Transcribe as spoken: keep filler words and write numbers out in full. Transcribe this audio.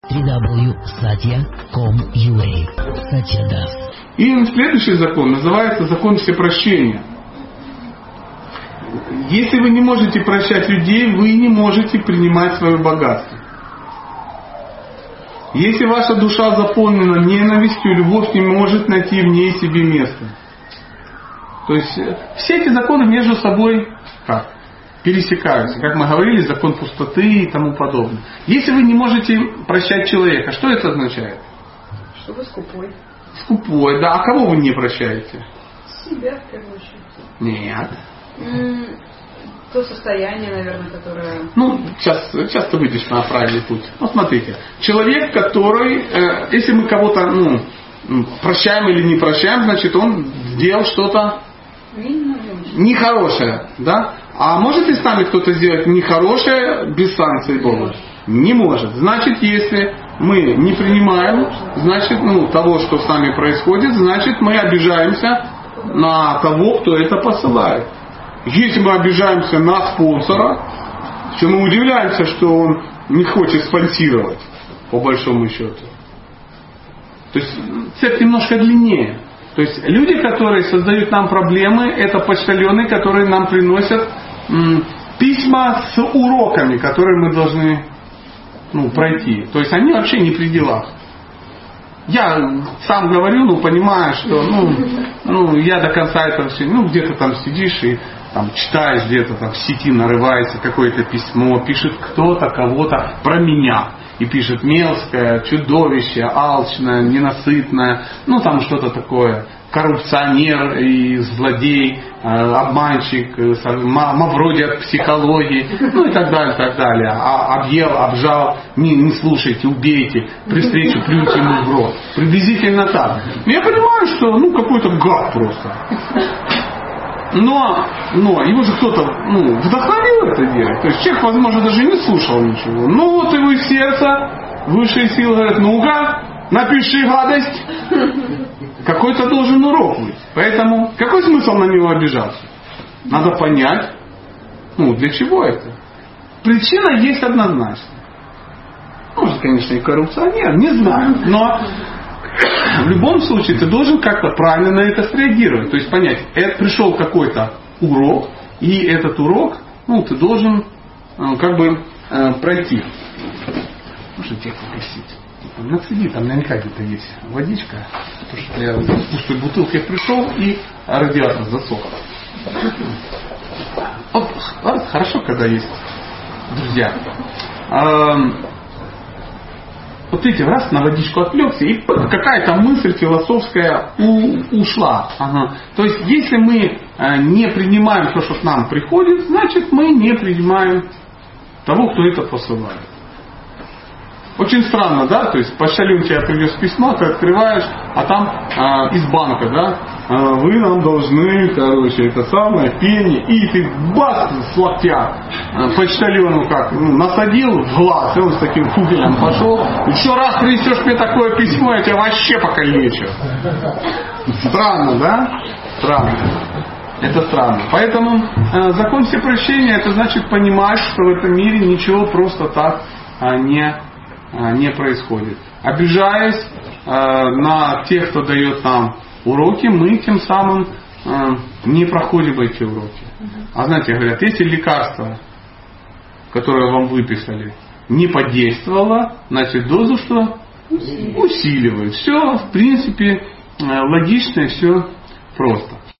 дабл ю дабл ю дабл ю точка сатья точка ком точка ю а. Сатья даст. И следующий закон называется закон всепрощения. Если вы не можете прощать людей, вы не можете принимать свое богатство. Если ваша душа заполнена ненавистью, любовь не может найти в ней себе места. То есть все эти законы между собой как? Пересекаются. Как мы говорили, закон пустоты и тому подобное. Если вы не можете прощать человека, что это означает? Что вы скупой. Скупой, да. А кого вы не прощаете? Себя, в первую очередь. Нет. М-м, то состояние, наверное, которое... Ну, сейчас, сейчас ты выйдешь на правильный путь. Ну, смотрите. Человек, который, э, если мы кого-то ну, прощаем или не прощаем, значит, он сделал что-то нехорошее, да? А может ли с нами кто-то сделать нехорошее без санкции Бога? Не может. Значит, если мы не принимаем, значит, ну, того, что с нами происходит, значит, мы обижаемся на того, кто это посылает. Если мы обижаемся на спонсора, то мы удивляемся, что он не хочет спонсировать, по большому счету. То есть цепь немножко длиннее. То есть люди, которые создают нам проблемы, это почтальоны, которые нам приносят м, письма с уроками, которые мы должны ну, пройти. То есть они вообще не при делах. Я сам говорю, ну понимаю, что ну, ну, я до конца этого все, ну где-то там сидишь и там читаешь, где-то там в сети нарывается какое-то письмо, пишет кто-то кого-то про меня. И пишет мерзкое, чудовище, алчное, ненасытное, ну там что-то такое, коррупционер и злодей, обманщик, мавроди от психологии, ну и так далее, так далее. А, объел, обжал, не, не слушайте, убейте, при встрече плюньте ему в рот. Приблизительно так. Я понимаю, что ну какой-то гад просто. Но, но его же кто-то ну, вдохновил это делать. То есть человек, возможно, даже не слушал ничего. Ну вот его сердце, высшие силы говорят, ну-ка, напиши гадость. Какой-то должен урок быть. Поэтому какой смысл на него обижаться? Надо понять, ну для чего это. Причина есть однозначно. Может, конечно, и коррупционер, не знаю. Но в любом случае ты должен как-то правильно на это среагировать. То есть понять, это пришел какой-то урок, и этот урок, ну, ты должен э, как бы э, пройти. Можно тебя попросить? Нацеди, там наверняка где-то есть водичка. Потому что я в пустой бутылке пришел и радиатор засох. Вот, хорошо, когда есть друзья. Вот видите, раз на водичку отвлекся, и какая-то мысль философская у, ушла. Ага. То есть, если мы не принимаем то, что к нам приходит, значит, мы не принимаем того, кто это посылает. Очень странно, да? То есть, почтальон тебе привез письмо, ты открываешь, а там а, из банка, да? А, вы нам должны, короче, это самое, пени, и ты бац, с локтя а, почтальону как, ну, насадил в глаз, и он с таким фугелем пошел. Еще раз принесешь мне такое письмо, я тебя вообще покалечу. Странно, да? Странно. Это странно. Поэтому э, закон всепрощения, это значит понимать, что в этом мире ничего просто так э, не не происходит. Обижаясь э, на тех, кто дает нам уроки, мы тем самым э, не проходим эти уроки. А знаете, говорят, если лекарство, которое вам выписали, не подействовало, значит дозу что? Усиливает. Все, в принципе, э, логично и все просто.